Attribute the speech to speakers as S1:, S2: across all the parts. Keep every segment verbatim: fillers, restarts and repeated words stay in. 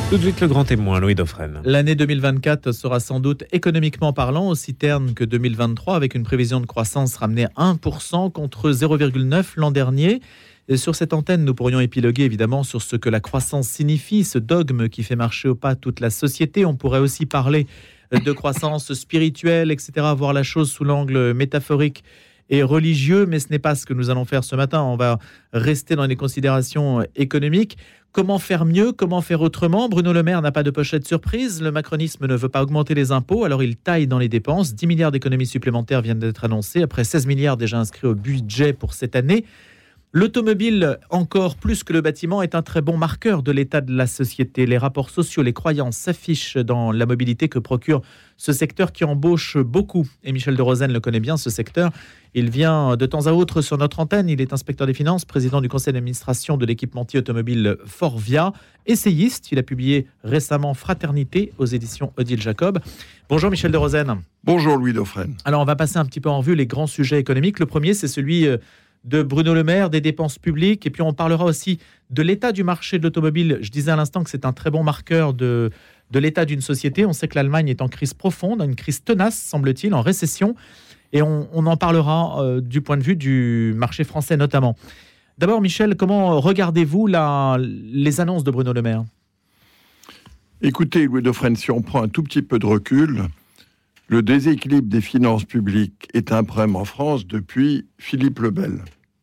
S1: Tout de suite, le grand témoin, Louis Dauphren.
S2: L'année deux mille vingt-quatre sera sans doute économiquement parlant aussi terne que deux mille vingt-trois, avec une prévision de croissance ramenée à un pour cent contre zéro virgule neuf l'an dernier. Et sur cette antenne, nous pourrions épiloguer évidemment sur ce que la croissance signifie, ce dogme qui fait marcher au pas toute la société. On pourrait aussi parler de croissance spirituelle, et cetera, voir la chose sous l'angle métaphorique et religieux, mais ce n'est pas ce que nous allons faire ce matin. On va rester dans les considérations économiques. Comment faire mieux ? Comment faire autrement ? Bruno Le Maire n'a pas de pochette surprise. Le macronisme ne veut pas augmenter les impôts, alors il taille dans les dépenses. dix milliards d'économies supplémentaires viennent d'être annoncés, après seize milliards déjà inscrits au budget pour cette année. L'automobile, encore plus que le bâtiment, est un très bon marqueur de l'état de la société. Les rapports sociaux, les croyances s'affichent dans la mobilité que procure ce secteur qui embauche beaucoup. Et Michel de Rosen le connaît bien, ce secteur. Il vient de temps à autre sur notre antenne. Il est inspecteur des finances, président du conseil d'administration de l'équipementier automobile Forvia, essayiste. Il a publié récemment Fraternité aux éditions Odile Jacob. Bonjour Michel de Rosen.
S3: Bonjour Louis Dauphren.
S2: Alors on va passer un petit peu en revue les grands sujets économiques. Le premier, c'est celui de Bruno Le Maire, des dépenses publiques, et puis on parlera aussi de l'état du marché de l'automobile. Je disais à l'instant que c'est un très bon marqueur de, de l'état d'une société. On sait que l'Allemagne est en crise profonde, une crise tenace, semble-t-il, en récession, et on, on en parlera euh, du point de vue du marché français notamment. D'abord, Michel, comment regardez-vous la, les annonces de Bruno Le Maire ?
S3: Écoutez, Louis Dauphren, si on prend un tout petit peu de recul, le déséquilibre des finances publiques est un problème en France depuis Philippe le Bel.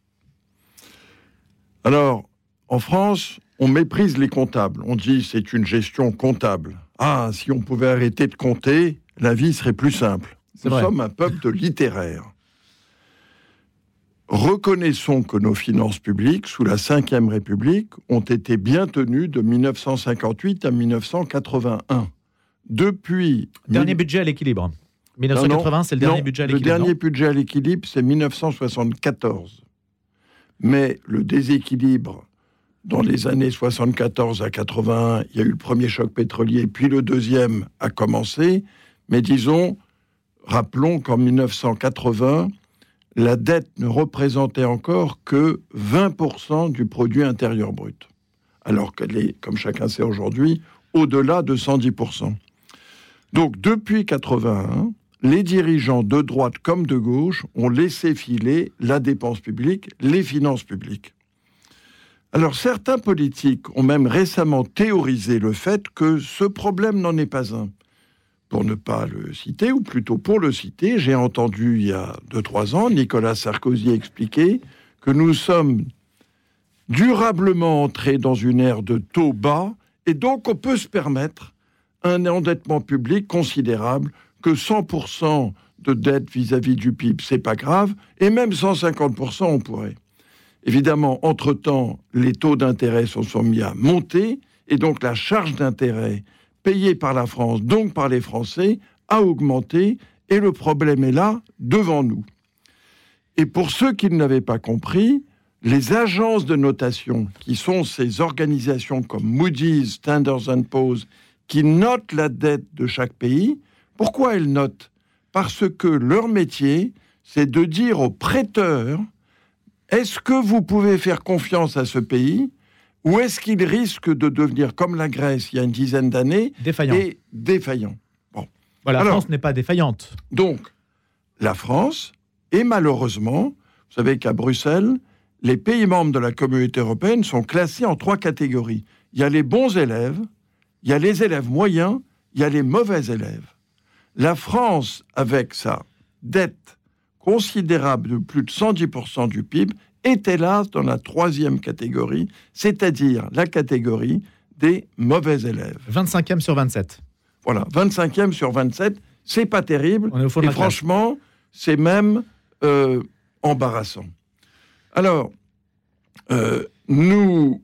S3: Alors, en France, on méprise les comptables. On dit c'est une gestion comptable. Ah, si on pouvait arrêter de compter, la vie serait plus simple.
S2: C'est
S3: Nous
S2: vrai.
S3: sommes un peuple de littéraires. Reconnaissons que nos finances publiques, sous la Cinquième République, ont été bien tenues de dix-neuf cent cinquante-huit à dix-neuf cent quatre-vingt-un. Depuis...
S2: Dernier
S3: mille...
S2: budget à l'équilibre. dix-neuf cent quatre-vingts,
S3: non,
S2: c'est le dernier
S3: non,
S2: budget à l'équilibre.
S3: Le dernier
S2: non
S3: budget à l'équilibre, c'est dix-neuf cent soixante-quatorze. Mais le déséquilibre, dans les années soixante-quatorze à quatre-vingt-un, il y a eu le premier choc pétrolier, puis le deuxième a commencé. Mais disons, rappelons qu'en dix-neuf cent quatre-vingts, la dette ne représentait encore que vingt pour cent du produit intérieur brut. Alors qu'elle est, comme chacun sait aujourd'hui, au-delà de cent dix pour cent. Donc, depuis quatre-vingt-un, les dirigeants de droite comme de gauche ont laissé filer la dépense publique, les finances publiques. Alors, certains politiques ont même récemment théorisé le fait que ce problème n'en est pas un. Pour ne pas le citer, ou plutôt pour le citer, j'ai entendu il y a deux trois ans Nicolas Sarkozy expliquer que nous sommes durablement entrés dans une ère de taux bas, et donc on peut se permettre un endettement public considérable, que cent pour cent de dette vis-à-vis du P I B, c'est pas grave, et même cent cinquante pour cent, on pourrait. Évidemment, entre-temps, les taux d'intérêt se sont mis à monter, et donc la charge d'intérêt payée par la France, donc par les Français, a augmenté, et le problème est là, devant nous. Et pour ceux qui ne l'avaient pas compris, les agences de notation, qui sont ces organisations comme Moody's, Standard and Poor's, qui notent la dette de chaque pays. Pourquoi elles notent ? Parce que leur métier, c'est de dire aux prêteurs, est-ce que vous pouvez faire confiance à ce pays, ou est-ce qu'il risque de devenir, comme la Grèce il y a une dizaine d'années,
S2: Défaillant.
S3: et défaillant. Bon.
S2: Voilà, la
S3: Alors,
S2: France n'est pas défaillante.
S3: Donc, la France, et malheureusement, vous savez qu'à Bruxelles, les pays membres de la Communauté européenne sont classés en trois catégories. Il y a les bons élèves, il y a les élèves moyens, il y a les mauvais élèves. La France, avec sa dette considérable de plus de cent dix pour cent du P I B, est hélas dans la troisième catégorie, c'est-à-dire la catégorie des mauvais élèves.
S2: vingt-cinquième sur vingt-sept.
S3: Voilà, vingt-cinquième sur vingt-sept, c'est pas terrible,
S2: On est au fond de
S3: et
S2: la classe.
S3: franchement, c'est même euh, embarrassant. Alors, euh, nous...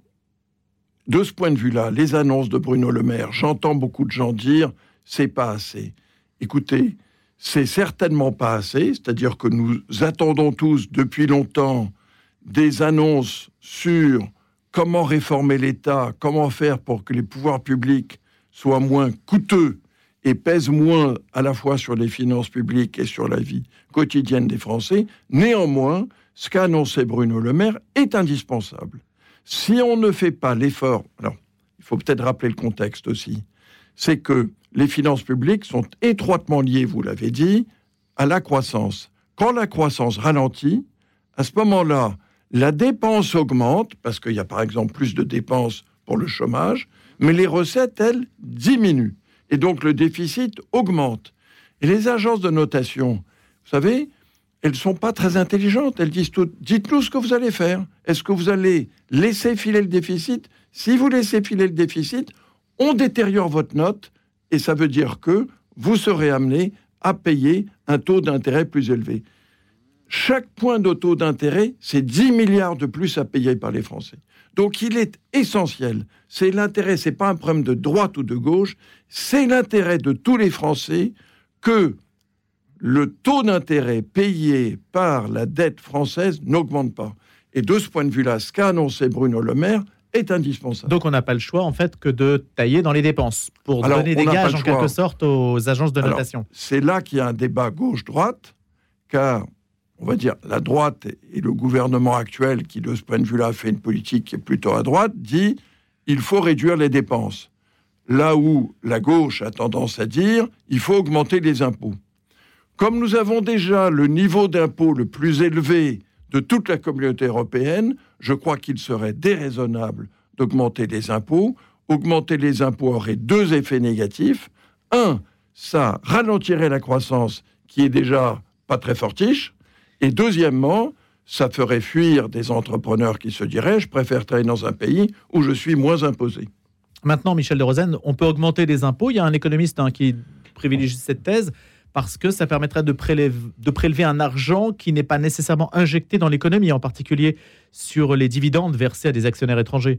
S3: De ce point de vue-là, les annonces de Bruno Le Maire, j'entends beaucoup de gens dire « c'est pas assez ». Écoutez, c'est certainement pas assez, c'est-à-dire que nous attendons tous depuis longtemps des annonces sur comment réformer l'État, comment faire pour que les pouvoirs publics soient moins coûteux et pèsent moins à la fois sur les finances publiques et sur la vie quotidienne des Français. Néanmoins, ce qu'a annoncé Bruno Le Maire est indispensable. Si on ne fait pas l'effort... Alors, il faut peut-être rappeler le contexte aussi, c'est que les finances publiques sont étroitement liées, vous l'avez dit, à la croissance. Quand la croissance ralentit, à ce moment-là, la dépense augmente, parce qu'il y a par exemple plus de dépenses pour le chômage, mais les recettes, elles, diminuent. Et donc le déficit augmente. Et les agences de notation, vous savez, elles ne sont pas très intelligentes. Elles disent tout, dites-nous ce que vous allez faire. Est-ce que vous allez laisser filer le déficit ? Si vous laissez filer le déficit, on détériore votre note, et ça veut dire que vous serez amené à payer un taux d'intérêt plus élevé. Chaque point de taux d'intérêt, c'est dix milliards de plus à payer par les Français. Donc il est essentiel, c'est l'intérêt, c'est pas un problème de droite ou de gauche, c'est l'intérêt de tous les Français que le taux d'intérêt payé par la dette française n'augmente pas. Et de ce point de vue-là, ce qu'a annoncé Bruno Le Maire est indispensable.
S2: Donc on n'a pas le choix en fait que de tailler dans les dépenses pour
S3: Alors,
S2: donner des gages en quelque sorte aux agences de
S3: Alors,
S2: notation.
S3: c'est là qu'il y a un débat gauche-droite, car on va dire la droite et le gouvernement actuel, qui de ce point de vue-là fait une politique qui est plutôt à droite, dit il faut réduire les dépenses. Là où la gauche a tendance à dire il faut augmenter les impôts. Comme nous avons déjà le niveau d'impôt le plus élevé de toute la communauté européenne, je crois qu'il serait déraisonnable d'augmenter les impôts. Augmenter les impôts aurait deux effets négatifs. Un, ça ralentirait la croissance qui est déjà pas très fortiche. Et deuxièmement, ça ferait fuir des entrepreneurs qui se diraient « je préfère travailler dans un pays où je suis moins imposé ».
S2: Maintenant, Michel de Rosen, on peut augmenter les impôts. Il y a un économiste hein, qui privilégie cette thèse parce que ça permettrait de prélever, de prélever un argent qui n'est pas nécessairement injecté dans l'économie, en particulier sur les dividendes versés à des actionnaires étrangers.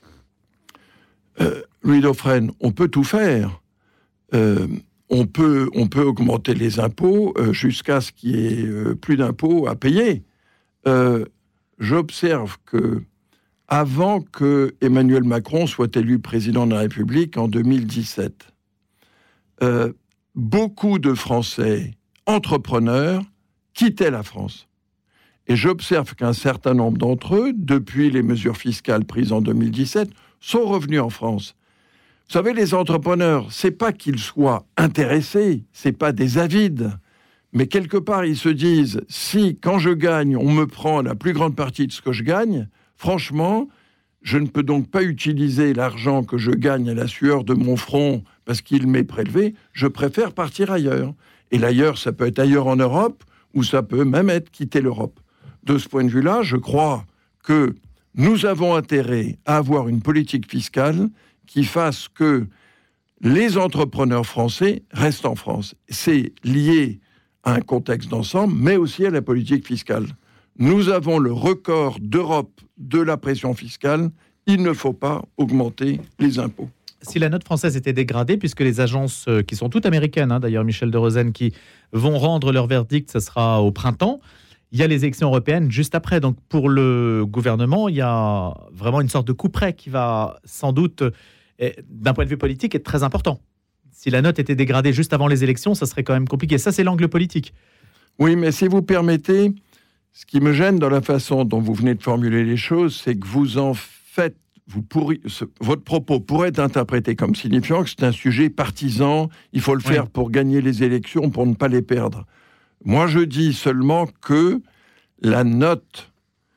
S3: Euh, Louis Dauphren, on peut tout faire. Euh, on, peut, on peut augmenter les impôts euh, jusqu'à ce qu'il y ait euh, plus d'impôts à payer. Euh, j'observe que avant que Emmanuel Macron soit élu président de la République en deux mille dix-sept, euh, beaucoup de Français entrepreneurs quittaient la France. Et j'observe qu'un certain nombre d'entre eux, depuis les mesures fiscales prises en deux mille dix-sept, sont revenus en France. Vous savez, les entrepreneurs, c'est pas qu'ils soient intéressés, c'est pas des avides, mais quelque part, ils se disent, si, quand je gagne, on me prend la plus grande partie de ce que je gagne, franchement, je ne peux donc pas utiliser l'argent que je gagne à la sueur de mon front parce qu'il m'est prélevé, je préfère partir ailleurs. Et l'ailleurs, ça peut être ailleurs en Europe, ou ça peut même être quitter l'Europe. De ce point de vue-là, je crois que nous avons intérêt à avoir une politique fiscale qui fasse que les entrepreneurs français restent en France. C'est lié à un contexte d'ensemble, mais aussi à la politique fiscale. Nous avons le record d'Europe de la pression fiscale. Il ne faut pas augmenter les impôts.
S2: Si la note française était dégradée, puisque les agences, euh, qui sont toutes américaines, hein, d'ailleurs Michel de Rosen, qui vont rendre leur verdict, ça sera au printemps, il y a les élections européennes juste après. Donc pour le gouvernement, il y a vraiment une sorte de coup près qui va sans doute, eh, d'un point de vue politique, être très important. Si la note était dégradée juste avant les élections, ça serait quand même compliqué. Ça, c'est l'angle politique.
S3: Oui, mais si vous permettez, ce qui me gêne dans la façon dont vous venez de formuler les choses, c'est que vous en faites, vous pourriez, ce, votre propos pourrait être interprété comme signifiant que c'est un sujet partisan, il faut le faire oui. pour gagner les élections, pour ne pas les perdre. Moi, je dis seulement que la note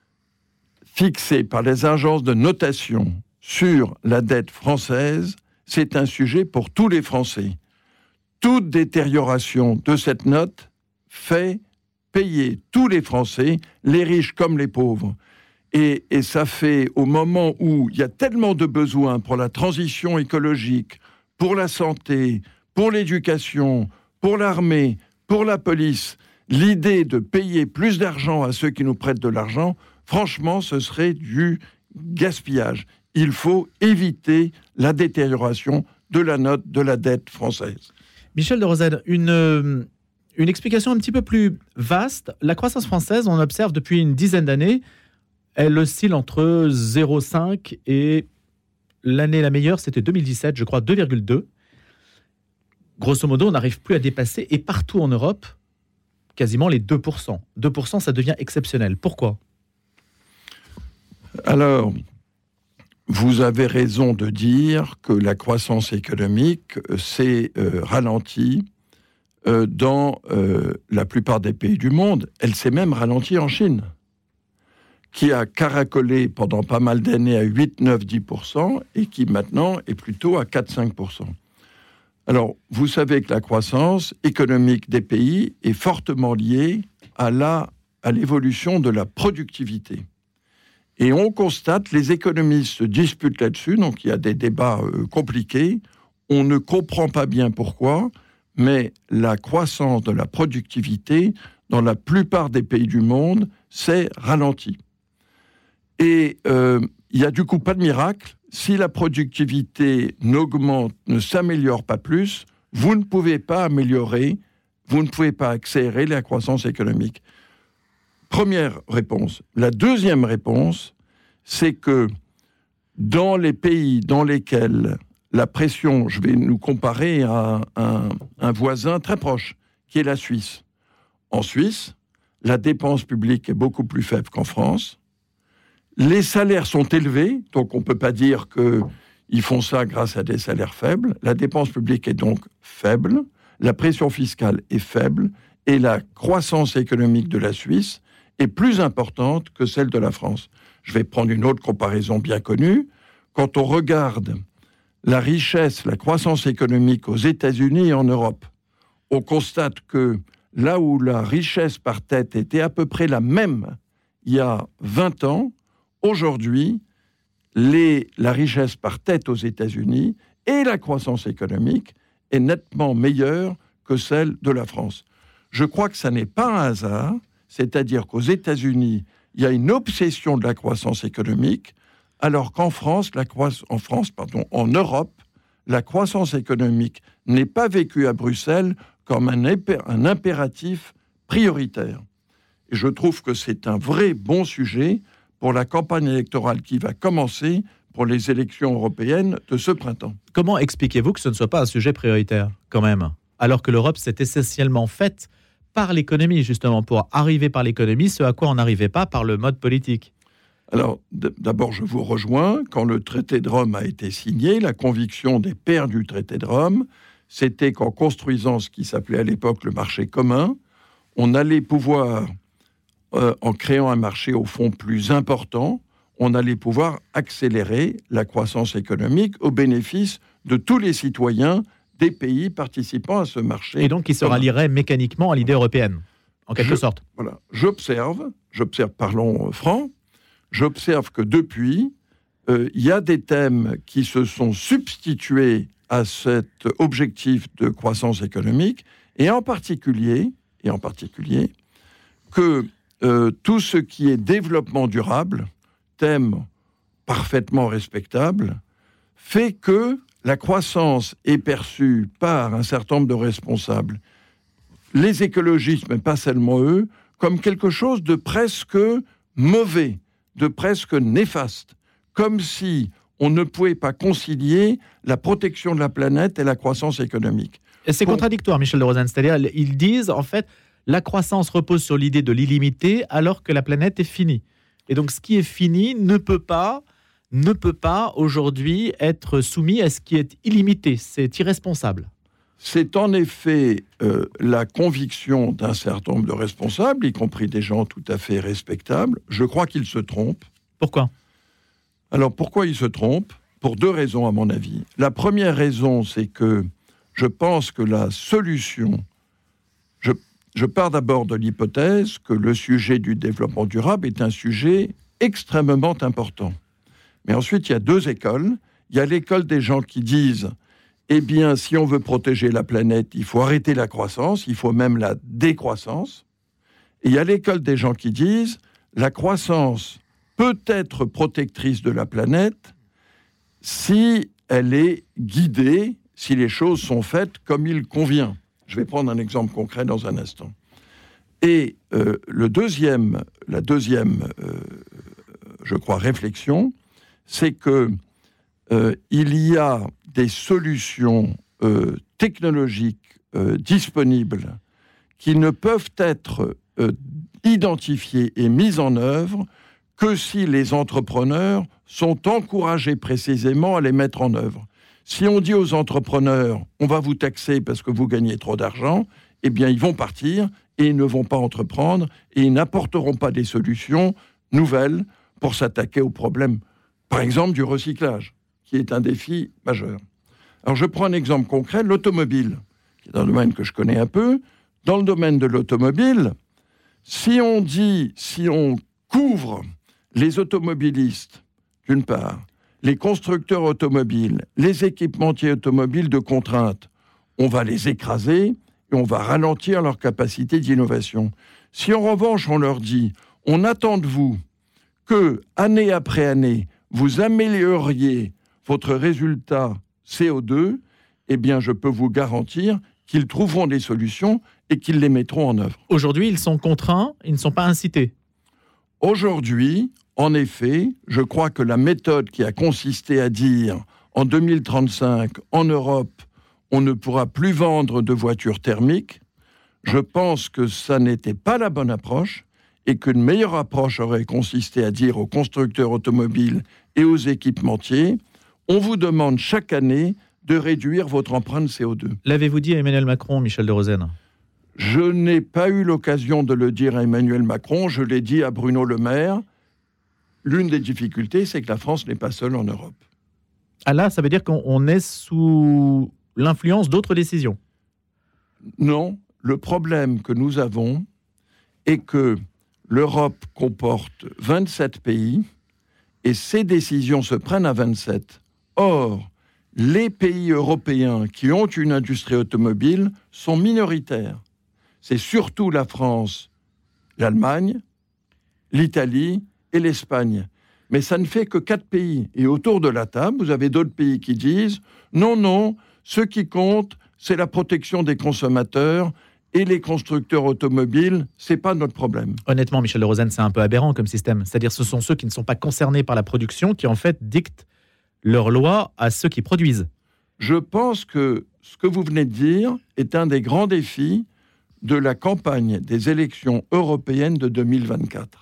S3: fixée par les agences de notation sur la dette française, c'est un sujet pour tous les Français. Toute détérioration de cette note fait payer tous les Français, les riches comme les pauvres. Et, et ça fait, au moment où il y a tellement de besoins pour la transition écologique, pour la santé, pour l'éducation, pour l'armée, pour la police, l'idée de payer plus d'argent à ceux qui nous prêtent de l'argent, franchement, ce serait du gaspillage. Il faut éviter la détérioration de la note de la dette française.
S2: Michel de Rosen, une, une explication un petit peu plus vaste. La croissance française, on observe depuis une dizaine d'années, elle oscille entre zéro virgule cinq et l'année la meilleure, c'était deux mille dix-sept, je crois, deux virgule deux. Grosso modo, on n'arrive plus à dépasser, et partout en Europe, quasiment les deux pour cent. deux pour cent, ça devient exceptionnel. Pourquoi ?
S3: Alors, vous avez raison de dire que la croissance économique s'est euh, ralentie euh, dans euh, la plupart des pays du monde. Elle s'est même ralentie en Chine, qui a caracolé pendant pas mal d'années à huit, neuf, dix pour cent et qui maintenant est plutôt à quatre, cinq pour cent. Alors, vous savez que la croissance économique des pays est fortement liée à, la, à l'évolution de la productivité. Et on constate, les économistes se disputent là-dessus, donc il y a des débats euh, compliqués. On ne comprend pas bien pourquoi, mais la croissance de la productivité dans la plupart des pays du monde s'est ralentie. Et euh, il n'y a du coup pas de miracle. Si la productivité n'augmente, ne s'améliore pas plus, vous ne pouvez pas améliorer, vous ne pouvez pas accélérer la croissance économique. Première réponse. La deuxième réponse, c'est que dans les pays dans lesquels la pression, je vais nous comparer à un, un voisin très proche, qui est la Suisse. En Suisse, la dépense publique est beaucoup plus faible qu'en France. Les salaires sont élevés, donc on ne peut pas dire qu'ils font ça grâce à des salaires faibles. La dépense publique est donc faible, la pression fiscale est faible, et la croissance économique de la Suisse est plus importante que celle de la France. Je vais prendre une autre comparaison bien connue. Quand on regarde la richesse, la croissance économique aux États-Unis et en Europe, on constate que là où la richesse par tête était à peu près la même il y a vingt ans, aujourd'hui, les, la richesse par tête aux États-Unis et la croissance économique est nettement meilleure que celle de la France. Je crois que ça n'est pas un hasard, c'est-à-dire qu'aux États-Unis, il y a une obsession de la croissance économique, alors qu'en France, la croiss- en France, pardon, en Europe, la croissance économique n'est pas vécue à Bruxelles comme un, impé- un impératif prioritaire. Et je trouve que c'est un vrai bon sujet pour la campagne électorale qui va commencer pour les élections européennes de ce printemps.
S2: Comment expliquez-vous que ce ne soit pas un sujet prioritaire, quand même, alors que l'Europe s'est essentiellement faite par l'économie, justement, pour arriver par l'économie, ce à quoi on n'arrivait pas par le mode politique?
S3: Alors, d- d'abord, je vous rejoins. Quand le traité de Rome a été signé, la conviction des pères du traité de Rome, c'était qu'en construisant ce qui s'appelait à l'époque le marché commun, on allait pouvoir, euh, en créant un marché au fond plus important, on allait pouvoir accélérer la croissance économique au bénéfice de tous les citoyens des pays participant à ce marché.
S2: Et donc, qui se rallierait mécaniquement à l'idée européenne, en quelque
S3: Je,
S2: sorte.
S3: Voilà. J'observe, j'observe, parlons franc, j'observe que depuis, euh, il y a des thèmes qui se sont substitués à cet objectif de croissance économique, et en particulier, et en particulier que euh, tout ce qui est développement durable, thème parfaitement respectable, fait que la croissance est perçue par un certain nombre de responsables, les écologistes, mais pas seulement eux, comme quelque chose de presque mauvais, de presque néfaste, comme si on ne pouvait pas concilier la protection de la planète et la croissance économique.
S2: Et c'est
S3: Pour...
S2: contradictoire, Michel de Rosen. C'est-à-dire, ils disent, en fait, la croissance repose sur l'idée de l'illimité, alors que la planète est finie. Et donc, ce qui est fini ne peut pas... ne peut pas aujourd'hui être soumis à ce qui est illimité. C'est irresponsable.
S3: C'est en effet euh, la conviction d'un certain nombre de responsables, y compris des gens tout à fait respectables. Je crois qu'ils se trompent.
S2: Pourquoi ?
S3: Alors, pourquoi ils se trompent ? Pour deux raisons, à mon avis. La première raison, c'est que je pense que la solution... Je, je pars d'abord de l'hypothèse que le sujet du développement durable est un sujet extrêmement important. Mais ensuite, il y a deux écoles. Il y a l'école des gens qui disent « Eh bien, si on veut protéger la planète, il faut arrêter la croissance, il faut même la décroissance. » Et il y a l'école des gens qui disent « La croissance peut être protectrice de la planète si elle est guidée, si les choses sont faites comme il convient. » Je vais prendre un exemple concret dans un instant. Et euh, le deuxième, la deuxième, euh, je crois, réflexion, c'est que euh, il y a des solutions euh, technologiques euh, disponibles qui ne peuvent être euh, identifiées et mises en œuvre que si les entrepreneurs sont encouragés précisément à les mettre en œuvre. Si on dit aux entrepreneurs « on va vous taxer parce que vous gagnez trop d'argent », eh bien ils vont partir et ils ne vont pas entreprendre et ils n'apporteront pas des solutions nouvelles pour s'attaquer au problème, par exemple du recyclage, qui est un défi majeur. Alors je prends un exemple concret, l'automobile, qui est un domaine que je connais un peu. Dans le domaine de l'automobile, si on dit, si on couvre les automobilistes, d'une part, les constructeurs automobiles, les équipementiers automobiles de contrainte, on va les écraser et on va ralentir leur capacité d'innovation. Si en revanche on leur dit, on attend de vous que, année après année, vous amélioriez votre résultat C O deux, eh bien je peux vous garantir qu'ils trouveront des solutions et qu'ils les mettront en œuvre.
S2: Aujourd'hui, ils sont contraints, ils ne sont pas incités.
S3: Aujourd'hui, en effet, je crois que la méthode qui a consisté à dire en deux mille trente-cinq, en Europe, on ne pourra plus vendre de voitures thermiques, je pense que ça n'était pas la bonne approche et qu'une meilleure approche aurait consisté à dire aux constructeurs automobiles et aux équipementiers, on vous demande chaque année de réduire votre empreinte C O deux.
S2: L'avez-vous dit à Emmanuel Macron, Michel de Rosen ?
S3: Je n'ai pas eu l'occasion de le dire à Emmanuel Macron, je l'ai dit à Bruno Le Maire. L'une des difficultés, c'est que la France n'est pas seule en Europe.
S2: Ah là, ça veut dire qu'on est sous l'influence d'autres décisions ?
S3: Non, le problème que nous avons est que l'Europe comporte vingt-sept pays et ces décisions se prennent à vingt-sept. Or, les pays européens qui ont une industrie automobile sont minoritaires. C'est surtout la France, l'Allemagne, l'Italie et l'Espagne. Mais ça ne fait que quatre pays. Et autour de la table, vous avez d'autres pays qui disent « Non, non, ce qui compte, c'est la protection des consommateurs et les constructeurs automobiles, c'est pas notre problème. »
S2: Honnêtement, Michel de Rosen, c'est un peu aberrant comme système. C'est-à-dire ce sont ceux qui ne sont pas concernés par la production qui, en fait, dictent leurs lois à ceux qui produisent.
S3: Je pense que ce que vous venez de dire est un des grands défis de la campagne des élections européennes de deux mille vingt-quatre.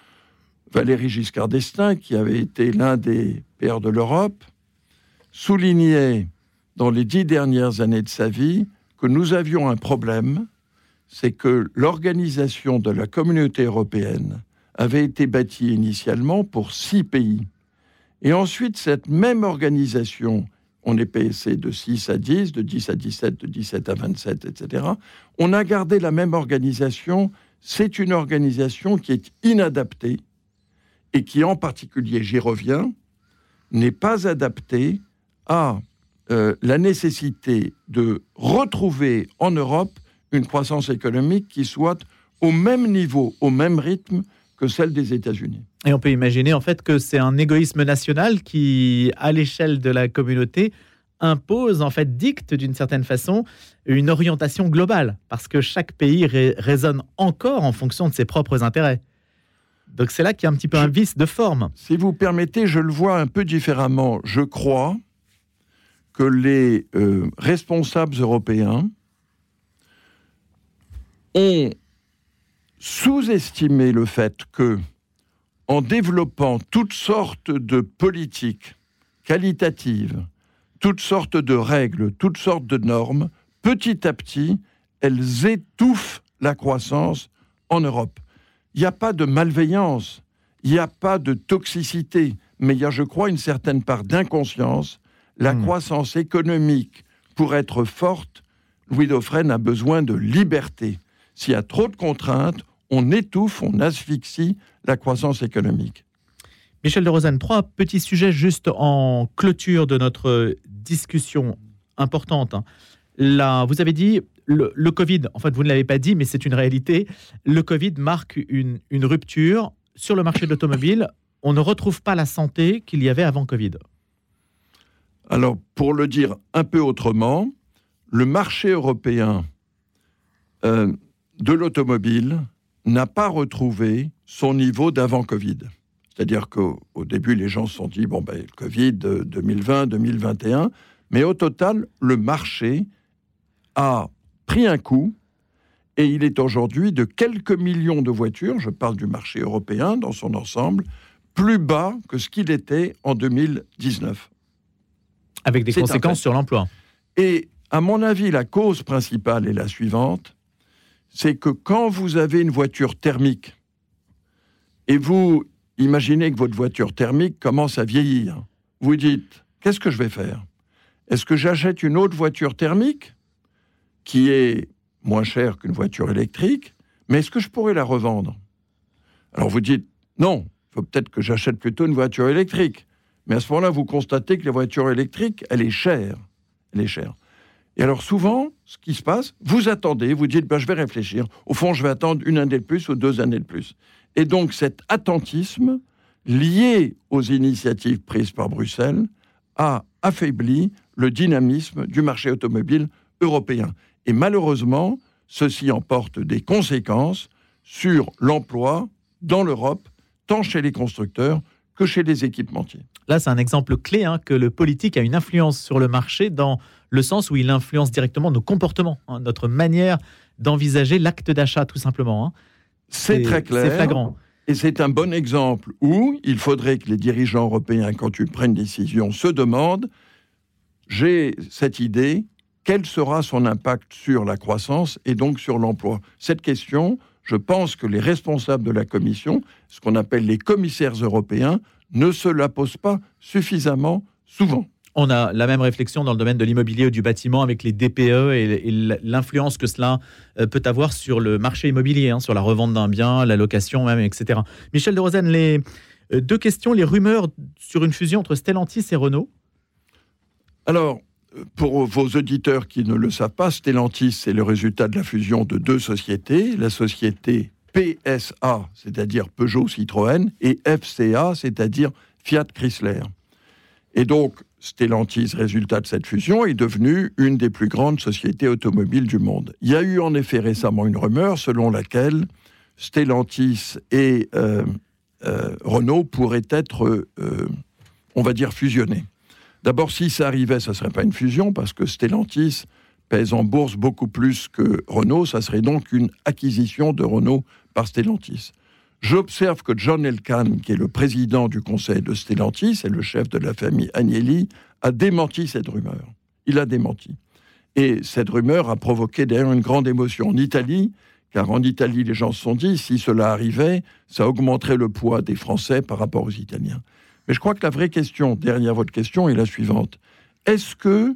S3: Valéry Giscard d'Estaing, qui avait été l'un des pères de l'Europe, soulignait dans les dix dernières années de sa vie que nous avions un problème, c'est que l'organisation de la communauté européenne avait été bâtie initialement pour six pays. Et ensuite, cette même organisation, on est passé de six à dix, de dix à dix-sept, de dix-sept à vingt-sept, et cetera. On a gardé la même organisation. C'est une organisation qui est inadaptée et qui, en particulier, j'y reviens, n'est pas adaptée à euh, la nécessité de retrouver en Europe une croissance économique qui soit au même niveau, au même rythme que celle des États-Unis.
S2: Et on peut imaginer en fait que c'est un égoïsme national qui, à l'échelle de la communauté, impose, en fait, dicte d'une certaine façon une orientation globale, parce que chaque pays ré- raisonne encore en fonction de ses propres intérêts. Donc c'est là qu'il y a un petit peu un vice de forme.
S3: Si vous permettez, je le vois un peu différemment. Je crois que les euh, responsables européens ont sous-estimé le fait que, en développant toutes sortes de politiques qualitatives, toutes sortes de règles, toutes sortes de normes, petit à petit, elles étouffent la croissance en Europe. Il n'y a pas de malveillance, il n'y a pas de toxicité, mais il y a, je crois, une certaine part d'inconscience. La mmh. croissance économique, pour être forte, Louis Dauphren a besoin de liberté. S'il y a trop de contraintes, on étouffe, on asphyxie la croissance économique.
S2: Michel de Rosen, trois petits sujets juste en clôture de notre discussion importante. Là, vous avez dit le, le Covid, en fait vous ne l'avez pas dit, mais c'est une réalité. Le Covid marque une, une rupture sur le marché de l'automobile. On ne retrouve pas la santé qu'il y avait avant Covid.
S3: Alors, pour le dire un peu autrement, le marché européen euh, de l'automobile n'a pas retrouvé son niveau d'avant Covid. C'est-à-dire qu'au au début, les gens se sont dit, bon, ben, le Covid, deux mille vingt, deux mille vingt et un, mais au total, le marché a pris un coup et il est aujourd'hui de quelques millions de voitures, je parle du marché européen dans son ensemble, plus bas que ce qu'il était en deux mille dix-neuf.
S2: Avec des
S3: C'est
S2: conséquences sur l'emploi.
S3: Et à mon avis, la cause principale est la suivante, c'est que quand vous avez une voiture thermique, et vous imaginez que votre voiture thermique commence à vieillir, vous dites, qu'est-ce que je vais faire ? Est-ce que j'achète une autre voiture thermique qui est moins chère qu'une voiture électrique, mais est-ce que je pourrais la revendre ? Alors vous dites, non, il faut peut-être que j'achète plutôt une voiture électrique. Mais à ce moment-là, vous constatez que la voiture électrique, elle est chère. Elle est chère. Et alors souvent, ce qui se passe, vous attendez, vous dites, ben, je vais réfléchir. Au fond, je vais attendre une année de plus ou deux années de plus. Et donc cet attentisme, lié aux initiatives prises par Bruxelles, a affaibli le dynamisme du marché automobile européen. Et malheureusement, ceci emporte des conséquences sur l'emploi dans l'Europe, tant chez les constructeurs que chez les équipementiers.
S2: Là, c'est un exemple clé hein, que le politique a une influence sur le marché dans le sens où il influence directement nos comportements, hein, notre manière d'envisager l'acte d'achat, tout simplement. Hein.
S3: C'est, c'est très clair.
S2: C'est flagrant.
S3: Et c'est un bon exemple où il faudrait que les dirigeants européens, quand ils prennent une décision, se demandent, j'ai cette idée, quel sera son impact sur la croissance et donc sur l'emploi ? Cette question, je pense que les responsables de la Commission, ce qu'on appelle les commissaires européens, ne se la posent pas suffisamment souvent.
S2: On a la même réflexion dans le domaine de l'immobilier ou du bâtiment avec les D P E et, et l'influence que cela peut avoir sur le marché immobilier, hein, sur la revente d'un bien, la location même, et cetera. Michel de Rosen, les deux questions, les rumeurs sur une fusion entre Stellantis et Renault.
S3: Alors, pour vos auditeurs qui ne le savent pas, Stellantis, c'est le résultat de la fusion de deux sociétés, la société P S A, c'est-à-dire Peugeot Citroën, et F C A, c'est-à-dire Fiat Chrysler. Et donc, Stellantis, résultat de cette fusion, est devenue une des plus grandes sociétés automobiles du monde. Il y a eu en effet récemment une rumeur selon laquelle Stellantis et euh, euh, Renault pourraient être, euh, on va dire, fusionnés. D'abord, si ça arrivait, ça ne serait pas une fusion, parce que Stellantis pèse en bourse beaucoup plus que Renault, ça serait donc une acquisition de Renault par Stellantis. J'observe que John Elkann, qui est le président du conseil de Stellantis et le chef de la famille Agnelli, a démenti cette rumeur. Il a démenti. Et cette rumeur a provoqué d'ailleurs une grande émotion en Italie, car en Italie, les gens se sont dit, si cela arrivait, ça augmenterait le poids des Français par rapport aux Italiens. Mais je crois que la vraie question derrière votre question est la suivante. Est-ce que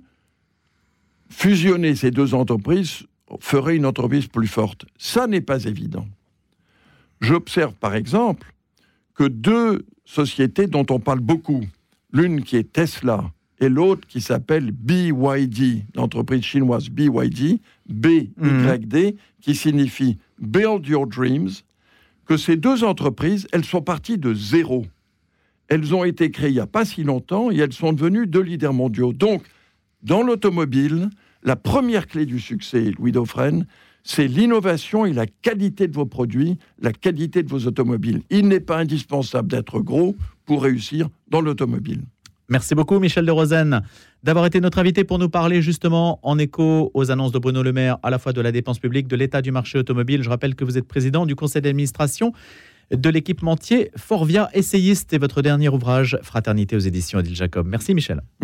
S3: fusionner ces deux entreprises ferait une entreprise plus forte ? Ça n'est pas évident. J'observe par exemple que deux sociétés dont on parle beaucoup, l'une qui est Tesla et l'autre qui s'appelle B Y D, l'entreprise chinoise B Y D, B Y D, mmh. qui signifie Build Your Dreams, que ces deux entreprises, elles sont parties de zéro. Elles ont été créées il n'y a pas si longtemps et elles sont devenues deux leaders mondiaux. Donc, dans l'automobile, la première clé du succès, Louis Dauphren, c'est l'innovation et la qualité de vos produits, la qualité de vos automobiles. Il n'est pas indispensable d'être gros pour réussir dans l'automobile.
S2: Merci beaucoup Michel de Rosen d'avoir été notre invité pour nous parler justement en écho aux annonces de Bruno Le Maire, à la fois de la dépense publique, de l'état du marché automobile. Je rappelle que vous êtes président du conseil d'administration de l'équipementier Forvia Essayiste et votre dernier ouvrage, Fraternité aux éditions Odile Jacob. Merci Michel.